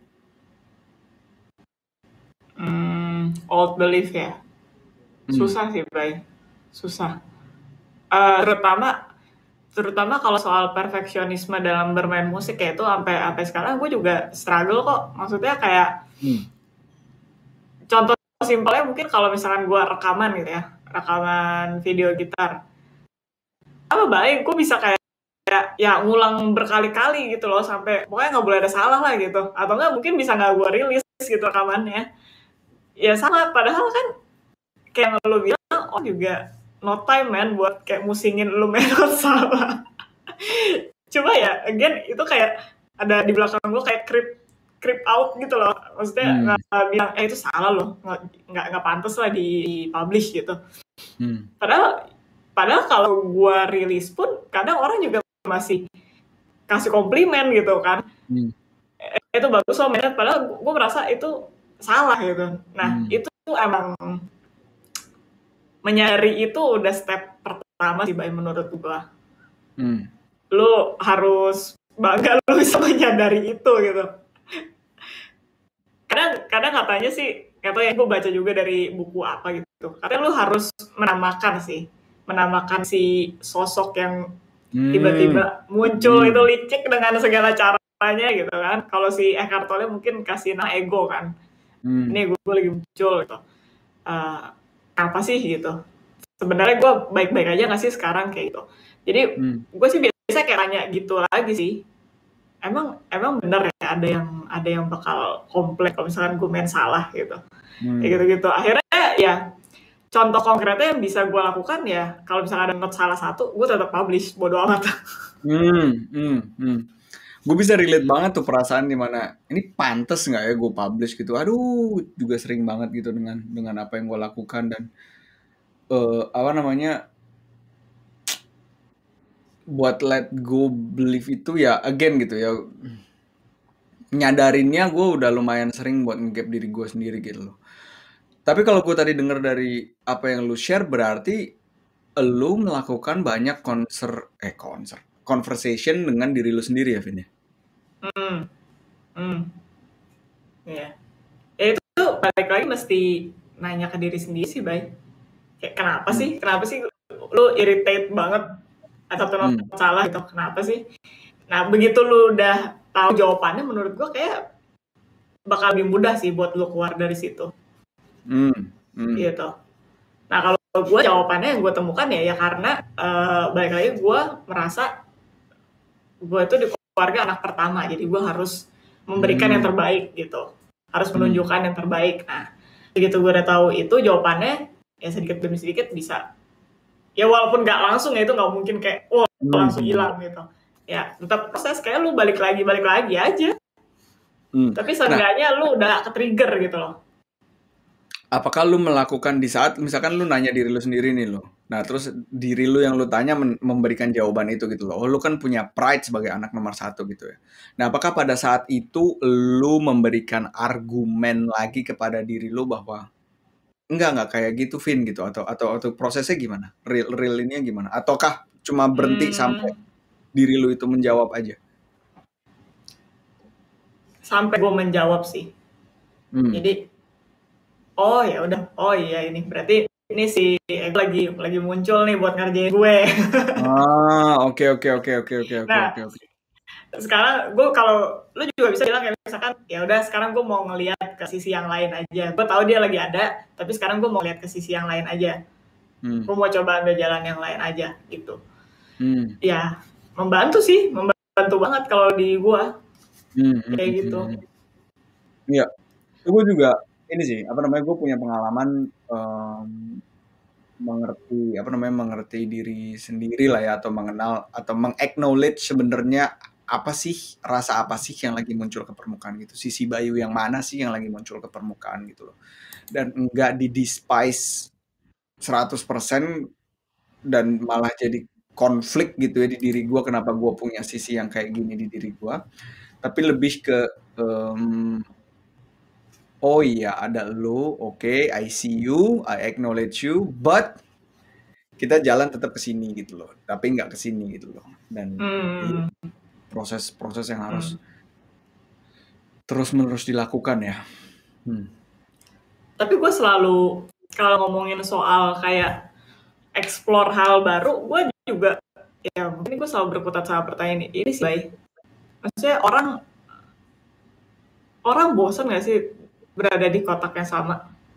Hmm, old belief ya, susah hmm. sih, Bray, susah. Uh, terutama terutama kalau soal perfeksionisme dalam bermain musik ya itu sampai sampai sekarang gue juga struggle kok. Maksudnya kayak hmm. contoh simpelnya mungkin kalau misalkan gue rekaman gitu ya, rekaman video gitar, apa baik gue bisa kayak ya, ya ngulang berkali-kali gitu loh sampai pokoknya nggak boleh ada salah lah gitu, atau nggak mungkin bisa nggak gue rilis gitu rekamannya. Ya sama, padahal kan kayak lo bilang oh juga no time man buat kayak musingin lu melot salah. Coba ya, again itu kayak ada di belakang gue kayak creep creep out gitu loh. Maksudnya nggak hmm. bilang eh itu salah loh, nggak nggak pantas lah di publish gitu. Hmm. Padahal padahal kalau gue rilis pun kadang orang juga masih kasih komplimen gitu kan. Hmm. Eh, itu bagus loh mainnya, padahal gue merasa itu salah gitu. Nah hmm. itu emang menyadari itu udah step pertama sih, Bay, menurut gue. Hmm. Lu harus bangga lu bisa menyadari itu gitu. Kadang, kadang katanya sih, katanya yang gue baca juga dari buku apa gitu, katanya lu harus menamakan sih, menamakan si sosok yang hmm. tiba-tiba muncul hmm. itu licik dengan segala caranya gitu kan. Kalau si Eckhart Tolle mungkin kasih nama ego kan. Hmm. Ini gue, gue lagi muncul gitu. Uh, apa sih gitu, sebenarnya gue baik-baik aja nggak sih sekarang kayak gitu. Jadi hmm. gue sih biasa kayak tanya gitu lagi sih, emang emang bener ya ada yang ada yang bakal kompleks kalau misalkan gue main salah gitu. Hmm. Kayak gitu-gitu akhirnya ya contoh konkretnya yang bisa gue lakukan ya kalau misalkan ada note salah satu gue tetap publish, bodo amat. hmm, hmm, hmm. Gue bisa relate banget tuh perasaan dimana ini pantas nggak ya gue publish gitu. Aduh, juga sering banget gitu dengan dengan apa yang gue lakukan dan uh, apa namanya buat let go belief itu ya again gitu ya. Nyadarinnya gue udah lumayan sering buat nge-gap diri gue sendiri gitu loh. Tapi kalau gue tadi dengar dari apa yang lu share, berarti lu melakukan banyak konser eh konser conversation dengan diri lu sendiri ya, Vin ya? Hmm, hmm, ya. Ya itu balik lagi mesti nanya ke diri sendiri sih, Bay. Kayak kenapa Hmm. sih, kenapa sih lu irritate banget atau terlalu Hmm. salah gitu, kenapa sih? Nah begitu lu udah tahu jawabannya, menurut gue kayak bakal lebih mudah sih buat lu keluar dari situ. Hmm. Hmm. Gitu. Nah kalau gue jawabannya yang gue temukan ya ya karena uh, balik lagi gue merasa gue itu di keluarga anak pertama, jadi gue harus memberikan hmm. yang terbaik gitu, harus menunjukkan hmm. yang terbaik. Nah begitu gue udah tahu itu jawabannya, ya sedikit demi sedikit bisa, ya walaupun nggak langsung ya, itu nggak mungkin kayak oh hmm. langsung hilang gitu, ya tetap proses, kayak lu balik lagi balik lagi aja. Hmm. Tapi seenggaknya nah, lu udah ke-trigger gitu loh. Apakah lu melakukan di saat, misalkan lu nanya diri lu sendiri nih lo, nah terus diri lu yang lu tanya memberikan jawaban itu gitu loh, oh lu kan punya pride sebagai anak nomor satu gitu ya. Nah apakah pada saat itu lu memberikan argumen lagi kepada diri lu bahwa enggak enggak kayak gitu Vin gitu, atau atau atau prosesnya gimana, real real ininya gimana, ataukah cuma berhenti hmm. sampai diri lu itu menjawab aja? Sampai gue menjawab sih. Hmm. Jadi oh ya udah, oh iya ini berarti ini si ego lagi lagi muncul nih buat ngerjain gue. Ah oke oke oke oke oke oke nah, oke oke. Sekarang gue kalau lu juga bisa bilang kayak misalkan ya udah sekarang gue mau ngelihat ke sisi yang lain aja. Gue tahu dia lagi ada, tapi sekarang gue mau lihat ke sisi yang lain aja. Hmm. Gue mau coba ambil jalan yang lain aja gitu. Hmm. Ya membantu sih, membantu banget kalau di gue hmm. kayak hmm. gitu. Iya, gue juga ini sih apa namanya, gue punya pengalaman um, mengerti apa namanya mengerti diri sendiri lah ya, atau mengenal atau meng-acknowledge sebenarnya apa sih, rasa apa sih yang lagi muncul ke permukaan gitu, sisi Bayu yang mana sih yang lagi muncul ke permukaan gitu loh, dan enggak di-despise seratus persen dan malah jadi konflik gitu ya di diri gue, kenapa gue punya sisi yang kayak gini di diri gue, tapi lebih ke um, oh iya ada lu, oke, okay, I see you, I acknowledge you, but kita jalan tetap ke sini gitu loh, tapi nggak ke sini gitu loh, dan hmm. proses-proses yang harus hmm. terus-menerus dilakukan ya. Hmm. Tapi gue selalu kalau ngomongin soal kayak explore hal baru, gue juga ya mungkin gue selalu berkutat sama pertanyaan ini, ini sih baik. Maksudnya orang orang bosan nggak sih berada di kotak yang sama?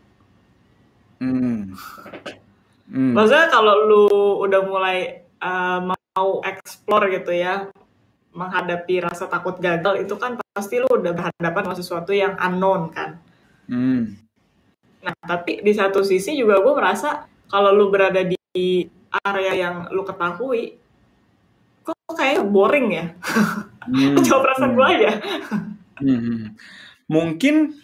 Hmm. Hmm. Maksudnya kalau lu udah mulai uh, mau explore gitu ya, menghadapi rasa takut gagal, itu kan pasti lu udah berhadapan sama sesuatu yang unknown kan. Hmm. Nah tapi di satu sisi juga gue merasa kalau lu berada di area yang lu ketahui, kok kayak boring ya. Hmm. Coba perasaan hmm. gue aja. Hmm. Mungkin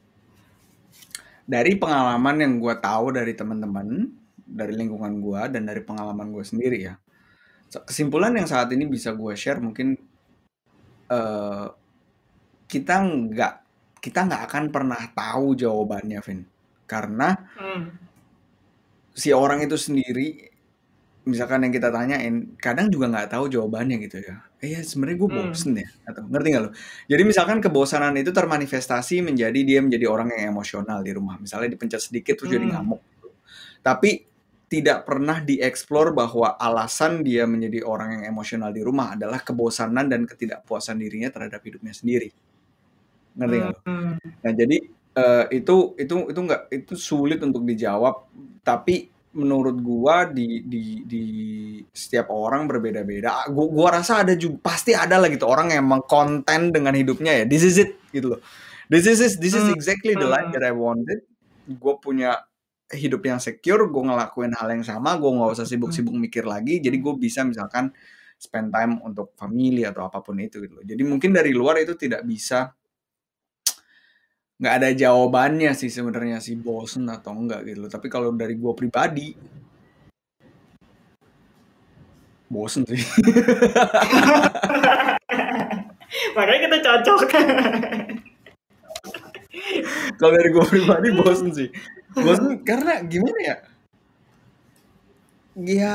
dari pengalaman yang gue tahu dari teman-teman, dari lingkungan gue, dan dari pengalaman gue sendiri ya, kesimpulan yang saat ini bisa gue share mungkin uh, kita nggak kita nggak akan pernah tahu jawabannya, Vin, karena hmm. si orang itu sendiri, misalkan yang kita tanyain, kadang juga nggak tahu jawabannya gitu ya. Eh ya sebenarnya gue bosen hmm. ya, atau ngerti nggak lo? Jadi misalkan kebosanan itu termanifestasi menjadi dia menjadi orang yang emosional di rumah, misalnya dipencet sedikit terus hmm. jadi ngamuk. Tapi tidak pernah dieksplor bahwa alasan dia menjadi orang yang emosional di rumah adalah kebosanan dan ketidakpuasan dirinya terhadap hidupnya sendiri. Ngerti nggak lo? Hmm. Nah jadi uh, itu itu itu nggak itu sulit untuk dijawab, tapi menurut gua di di di setiap orang berbeda-beda. Gua, gua rasa ada juga pasti ada lah gitu orang yang emang konten dengan hidupnya ya. This is it gitu loh. This is it, this is exactly the life that I wanted. Gua punya hidup yang secure, gua ngelakuin hal yang sama, gua nggak usah sibuk-sibuk mikir lagi. Jadi gua bisa misalkan spend time untuk family atau apapun itu gitu loh. Jadi mungkin dari luar itu tidak bisa, nggak ada jawabannya sih sebenarnya sih bosen atau enggak gitu loh. Tapi kalau dari gue pribadi bosen sih. Makanya kita cocok. Kalau dari gue pribadi bosen sih. Bosen karena gimana ya? Ya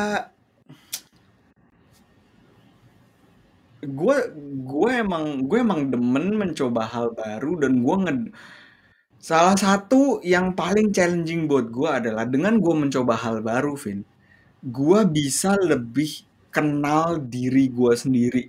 gue gue emang gue emang demen mencoba hal baru dan gue nge salah satu yang paling challenging buat gue adalah dengan gue mencoba hal baru, Vin, gue bisa lebih kenal diri gue sendiri.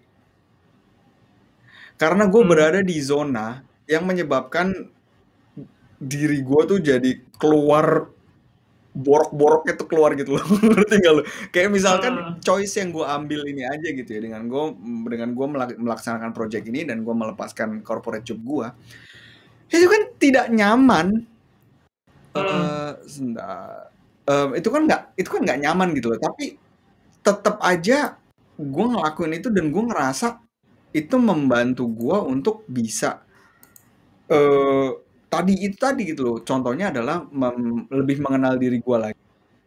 Karena gue Hmm. berada di zona yang menyebabkan diri gue tuh jadi keluar borok-boroknya tuh keluar gitu loh. Ngerti nggak lo? Kayak misalkan Hmm. choice yang gue ambil ini aja gitu ya, dengan gue dengan gue melaksanakan project ini dan gue melepaskan corporate job gue, itu kan tidak nyaman. Hmm. Uh, uh, itu kan nggak itu kan nggak nyaman gitu loh. Tapi tetap aja gue ngelakuin itu dan gue ngerasa itu membantu gue untuk bisa uh, tadi itu tadi gitu loh. Contohnya adalah mem, lebih mengenal diri gue lagi.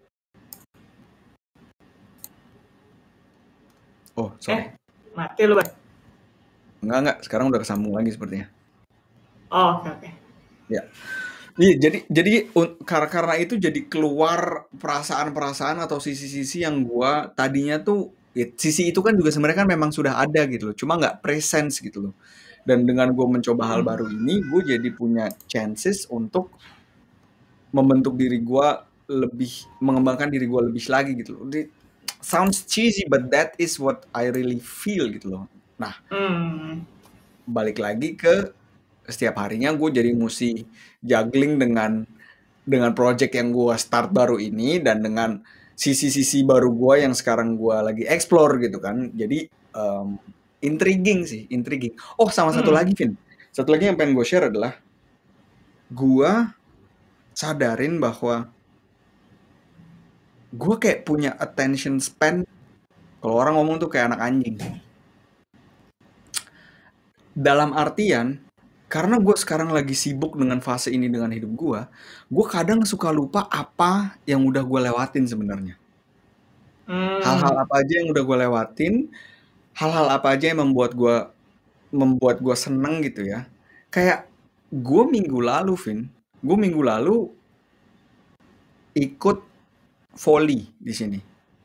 Oh, sorry. Eh, mati lu, Bang. Enggak, enggak. Sekarang udah kesambung lagi sepertinya. Oh, oke, okay, oke. Okay. Ya. Iya, jadi jadi karena itu jadi keluar perasaan-perasaan atau sisi-sisi yang gua tadinya tuh ya, sisi itu kan juga sebenarnya kan memang sudah ada gitu loh. Cuma nggak presence gitu loh. Dan dengan gue mencoba hal baru ini, gue jadi punya chances untuk membentuk diri gue lebih, mengembangkan diri gue lebih lagi gitu loh. It sounds cheesy, but that is what I really feel gitu loh. Nah, hmm. balik lagi ke setiap harinya gue jadi mesti juggling dengan dengan project yang gue start baru ini dan dengan sisi-sisi baru gue yang sekarang gue lagi explore gitu kan. Jadi um, intriguing sih, intriguing. Oh, sama satu hmm. lagi, Vin. Satu lagi yang pengen gue share adalah gue sadarin bahwa gue kayak punya attention span. Kalau orang ngomong tuh kayak anak anjing. Dalam artian, karena gue sekarang lagi sibuk dengan fase ini dengan hidup gue, gue kadang suka lupa apa yang udah gue lewatin sebenarnya. Hmm. Hal-hal apa aja yang udah gue lewatin, hal-hal apa aja yang membuat gue membuat gue seneng gitu ya. Kayak gue minggu lalu, Vin, gue minggu lalu ikut volley di sini.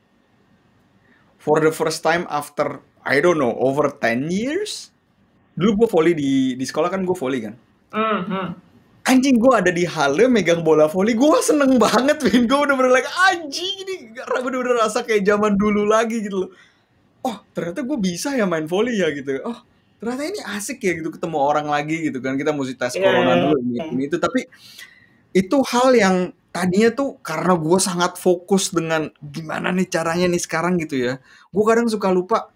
For the first time after, I don't know, over ten years. Dulu gue volley di di sekolah kan gue volley kan. Hmm. Anjing, gue ada di halle megang bola volley, gue seneng banget, Vin. Gue udah-bener like, anjing, ini bener-bener rasa kayak zaman dulu lagi gitu loh. Oh, ternyata gue bisa ya main volley ya gitu. Oh, ternyata ini asik ya gitu, ketemu orang lagi gitu kan. Kita mesti tes Yeah. corona dulu, ini, ini itu. Tapi itu hal yang tadinya tuh karena gue sangat fokus dengan gimana nih caranya nih sekarang gitu ya. Gue kadang suka lupa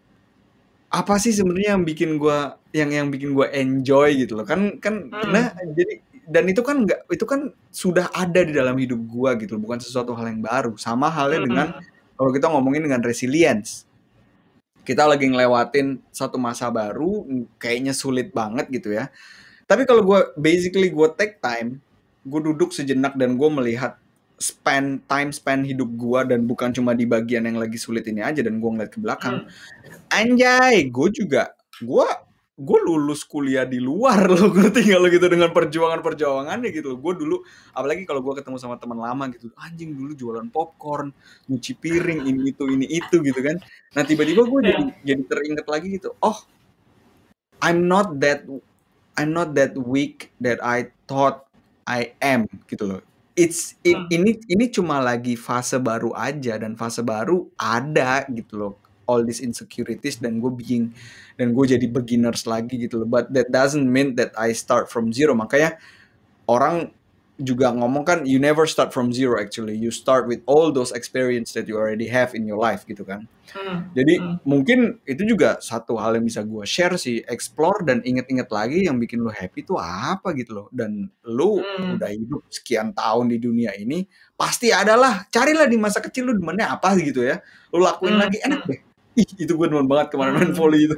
apa sih sebenarnya yang bikin gue yang yang bikin gue enjoy gitu loh kan kan Hmm. nah jadi dan itu kan nggak itu kan sudah ada di dalam hidup gue gitu loh, bukan sesuatu hal yang baru. Sama halnya Hmm. dengan kalau kita ngomongin dengan resilience, kita lagi ngelewatin satu masa baru kayaknya sulit banget gitu ya, tapi kalau gue basically gue take time, gue duduk sejenak dan gue melihat spend time spend hidup gue dan bukan cuma di bagian yang lagi sulit ini aja, dan gue ngeliat ke belakang, hmm. anjay, gue juga gue gue lulus kuliah di luar loh, ngerti nggak lo gitu, dengan perjuangan-perjuangannya gitu. Gue dulu, apalagi kalau gue ketemu sama teman lama gitu, anjing dulu jualan popcorn, nyuci piring, ini itu ini itu gitu kan. Nah tiba-tiba gue jadi jadi teringat lagi gitu, oh I'm not that I'm not that weak that I thought I am gitu loh. It's in, ini ini cuma lagi fase baru aja, dan fase baru ada gitu loh, all these insecurities, dan gue being dan gue jadi beginners lagi gitu loh. But that doesn't mean that I start from zero. Makanya orang juga ngomong kan, you never start from zero actually, you start with all those experience that you already have in your life gitu kan. Hmm. Jadi hmm. mungkin itu juga satu hal yang bisa gue share sih, explore dan inget-inget lagi yang bikin lo happy tuh apa gitu loh. Dan lo hmm. udah hidup sekian tahun di dunia ini, pasti adalah, carilah di masa kecil lo demennya apa gitu ya, lo lakuin hmm. lagi, enak deh. Ih, itu gue demen banget kemarin main hmm. volley itu.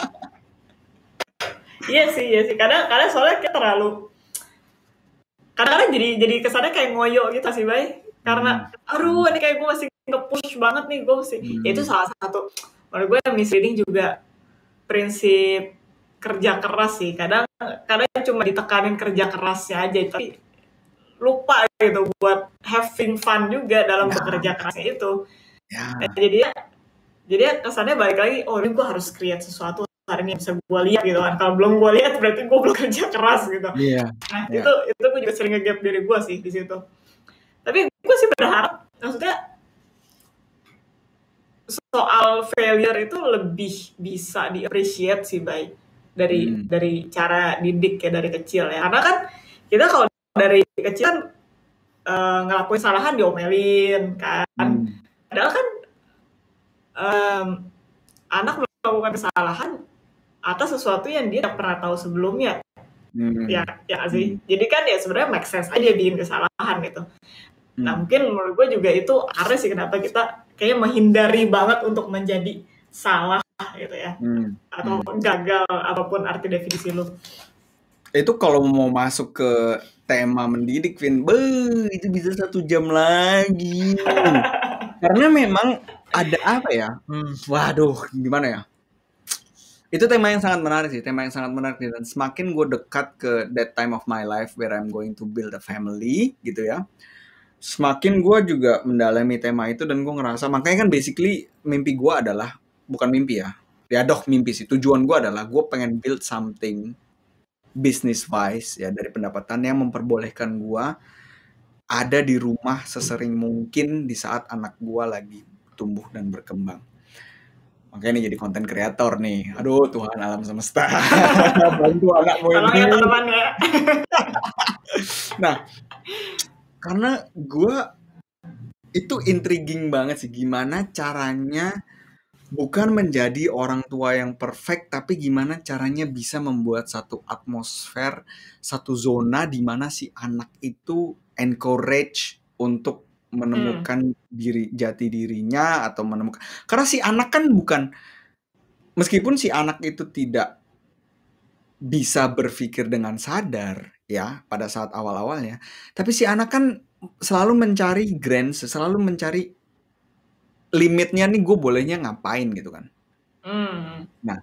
Iya sih, iya sih. Kadang, kadang soalnya kita terlalu kadang-kadang jadi jadi kesannya kayak ngoyo gitu sih, Bay. Karena hmm. aduh ini kayak gue masih nge-push banget nih, gue masih hmm. itu salah satu menurut gue misleading juga prinsip kerja keras sih. Kadang kadang cuma ditekanin kerja kerasnya aja, tapi lupa gitu buat having fun juga dalam ya. bekerja kerasnya itu. Ya. Nah, jadi jadi kesannya balik lagi, oh ini gue harus create sesuatu hari ini bisa gue lihat gitu kan. Kalau belum gue lihat berarti gue belum kerja keras gitu. Iya. Nah yeah. itu itu gue juga sering nge-gap diri gue sih di situ. Tapi gue sih berharap, maksudnya soal failure itu lebih bisa di-appreciate sih, Bay, dari hmm. dari cara didik ya dari kecil ya. Karena kan kita kalau dari kecil kan uh, ngelakuin kesalahan diomelin kan. Hmm. Padahal kan um, anak melakukan kesalahan atas sesuatu yang dia tidak pernah tahu sebelumnya. Hmm. Ya, ya sih. Hmm. Jadi kan ya sebenarnya make sense aja bikin kesalahan gitu. Hmm. Nah mungkin menurut gue juga itu aneh sih kenapa kita kayaknya menghindari banget untuk menjadi salah gitu ya. Hmm. Atau hmm. gagal apapun arti definisi lu. Itu kalau mau masuk ke tema mendidik, Vin, be, itu bisa satu jam lagi. Karena memang ada apa ya? Hmm, waduh, gimana ya? Itu tema yang sangat menarik sih, tema yang sangat menarik. Dan semakin gue dekat ke that time of my life where I'm going to build a family, gitu ya. Semakin gue juga mendalami tema itu dan gue ngerasa, makanya kan basically mimpi gue adalah, bukan mimpi ya, ya doh mimpi sih. Tujuan gue adalah gue pengen build something business wise ya dari pendapatan yang memperbolehkan gue ada di rumah sesering mungkin di saat anak gue lagi tumbuh dan berkembang. Makanya ini jadi konten kreator nih. Aduh Tuhan alam semesta. Bantu anakmu ini. Ya, Nah, karena gue itu intriguing banget sih gimana caranya bukan menjadi orang tua yang perfect, tapi gimana caranya bisa membuat satu atmosfer, satu zona di mana si anak itu encourage untuk menemukan hmm. diri jati dirinya atau menemukan. Karena si anak kan bukan, meskipun si anak itu tidak bisa berpikir dengan sadar ya pada saat awal-awalnya, tapi si anak kan selalu mencari grants, selalu mencari limitnya nih gue bolehnya ngapain gitu kan. Hmm. Nah,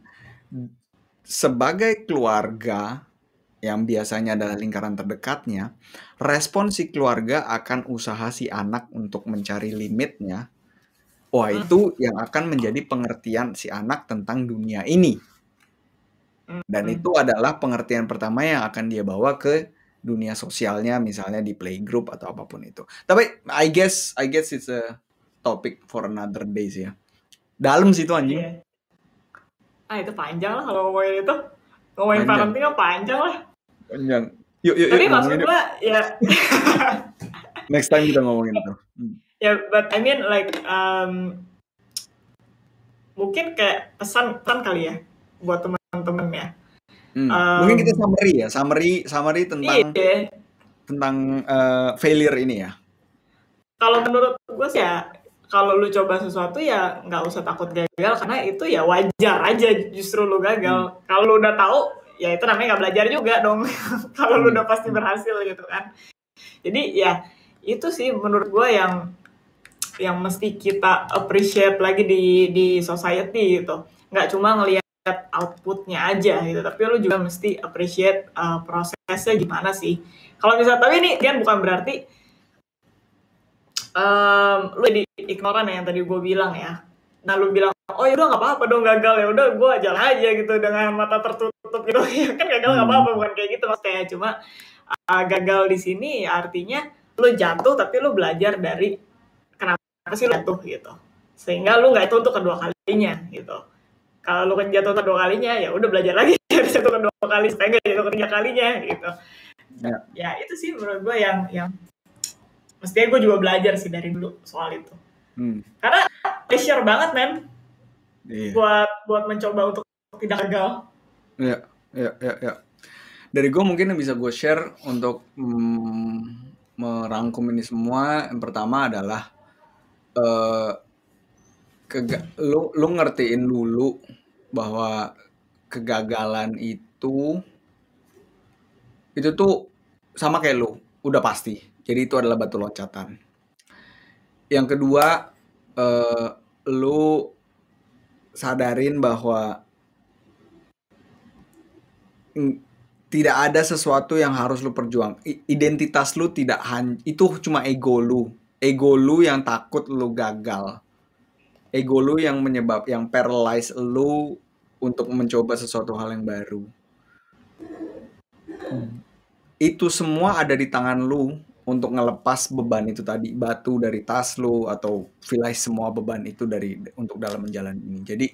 sebagai keluarga yang biasanya adalah lingkaran terdekatnya, respon si keluarga akan usaha si anak untuk mencari limitnya. Wah, hmm. itu yang akan menjadi pengertian si anak tentang dunia ini. Dan hmm. itu adalah pengertian pertama yang akan dia bawa ke dunia sosialnya, misalnya di playgroup atau apapun itu. Tapi I guess I guess it's a topic for another day sih ya. Dalam sih itu anjing. Iya. Ah itu panjang lah kalau ngomongin itu. Ngomongin parenting panjang lah. Panjang. Yuk yuk Tapi yuk. maksud gue ya. Next time kita ngomongin itu. Hmm. Ya, yeah, but I mean like um, mungkin kayak pesan-pesan kali ya buat teman-teman ya. Hmm. Um, mungkin kita summary ya, summary summary tentang iya. tentang uh, failure ini ya. Kalau menurut gue sih ya, kalau lu coba sesuatu ya nggak usah takut gagal karena itu ya wajar aja justru lu gagal. Hmm. Kalau lu udah tahu ya itu namanya nggak belajar juga dong. Kalau hmm. lu udah pasti berhasil gitu kan. Jadi ya itu sih menurut gue yang yang mesti kita appreciate lagi di di society gitu. Nggak cuma ngelihat outputnya aja gitu, tapi lu juga mesti appreciate uh, prosesnya gimana sih. Kalau misalnya tapi ini kan bukan berarti Um, lu jadi ignoran ya yang tadi gue bilang ya. Nah lu bilang, oh ya udah nggak apa-apa dong gagal ya udah gue jalan aja gitu dengan mata tertutup gitu. Kan gagal nggak hmm. apa-apa bukan kayak gitu maksudnya. Cuma uh, gagal di sini artinya lu jatuh tapi lu belajar dari kenapa sih lu jatuh gitu. Sehingga lu nggak itu untuk kedua kalinya gitu. Kalau lu kan jatuh kedua kalinya ya udah belajar lagi dari satu kedua kali supaya nggak jatuh ketiga kalinya gitu. Ya. Ya itu sih menurut gue yang yang mestinya gue juga belajar sih dari dulu soal itu. Hmm. Karena pressure banget, men. Iya. Buat buat mencoba untuk tidak gagal. Iya, iya, iya, iya. Dari gue mungkin yang bisa gue share untuk mm, merangkum ini semua, yang pertama adalah uh, kega- lu lu ngertiin dulu bahwa kegagalan itu itu tuh sama kayak lu, udah pasti. Jadi itu adalah batu loncatan. Yang kedua, uh, lu sadarin bahwa tidak ada sesuatu yang harus lu perjuang. Identitas lu tidak hanya itu, cuma ego lu. Ego lu yang takut lu gagal. Ego lu yang menyebab yang paralyze lu untuk mencoba sesuatu hal yang baru. Itu semua ada di tangan lu untuk ngelepas beban itu tadi, batu dari tas lu atau filai semua beban itu dari untuk dalam menjalani ini. Jadi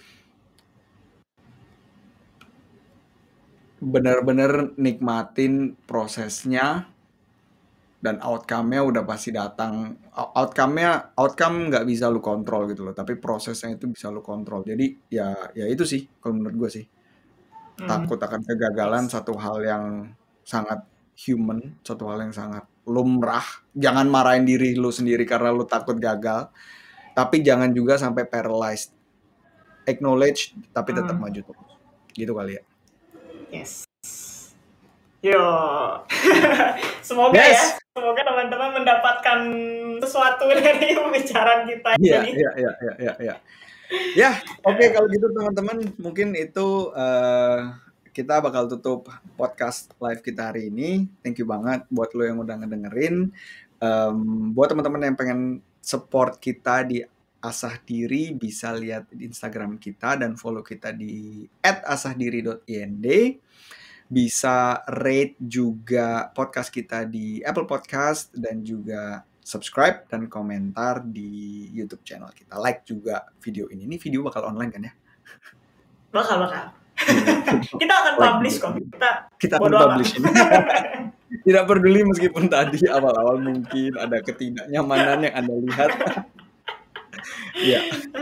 benar-benar nikmatin prosesnya, dan outcome-nya udah pasti datang. Outcome-nya, outcome nggak bisa lu kontrol gitu loh, tapi prosesnya itu bisa lu kontrol. Jadi ya, ya itu sih kalau menurut gue sih. Hmm. Takut akan kegagalan satu hal yang sangat human, satu hal yang sangat lumrah. Jangan marahin diri lu sendiri karena lu takut gagal, tapi jangan juga sampai paralyzed. Acknowledge tapi tetap hmm. maju terus. Gitu kali ya. Yes. Yo. Semoga yes. ya, semoga teman-teman mendapatkan sesuatu dari pembicaraan kita Iya, ini. Iya, iya, iya, iya, iya. Ya, oke okay, kalau gitu teman-teman, mungkin itu uh, kita bakal tutup podcast live kita hari ini. Thank you banget buat lo yang udah ngedengerin. Um, buat teman-teman yang pengen support kita di Asah Diri, bisa lihat di Instagram kita dan follow kita di at asahdiri dot i n d. Bisa rate juga podcast kita di Apple Podcast dan juga subscribe dan komentar di YouTube channel kita. Like juga video ini. Ini video bakal online kan ya? Bakal, bakal. Kita akan publish kok. Kita, kita akan publish ini. Tidak peduli meskipun tadi awal-awal mungkin ada ketidaknyamanan yang Anda lihat. Ya.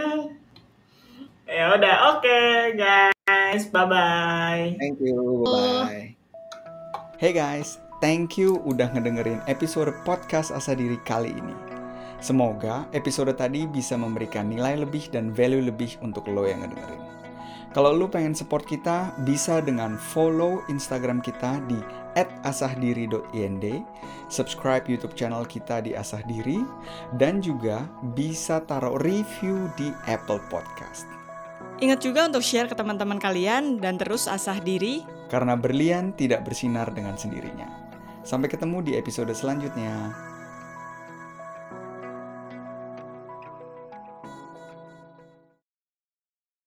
Ya udah, oke okay, guys, bye bye. Thank you, bye. Hey guys, thank you udah ngedengerin episode podcast Asah Diri kali ini. Semoga episode tadi bisa memberikan nilai lebih dan value lebih untuk lo yang ngedengerin. Kalau lo pengen support kita, bisa dengan follow Instagram kita di at asahdiri dot i n d, subscribe YouTube channel kita di Asah Diri, dan juga bisa taruh review di Apple Podcast. Ingat juga untuk share ke teman-teman kalian dan terus asah diri. Karena berlian tidak bersinar dengan sendirinya. Sampai ketemu di episode selanjutnya.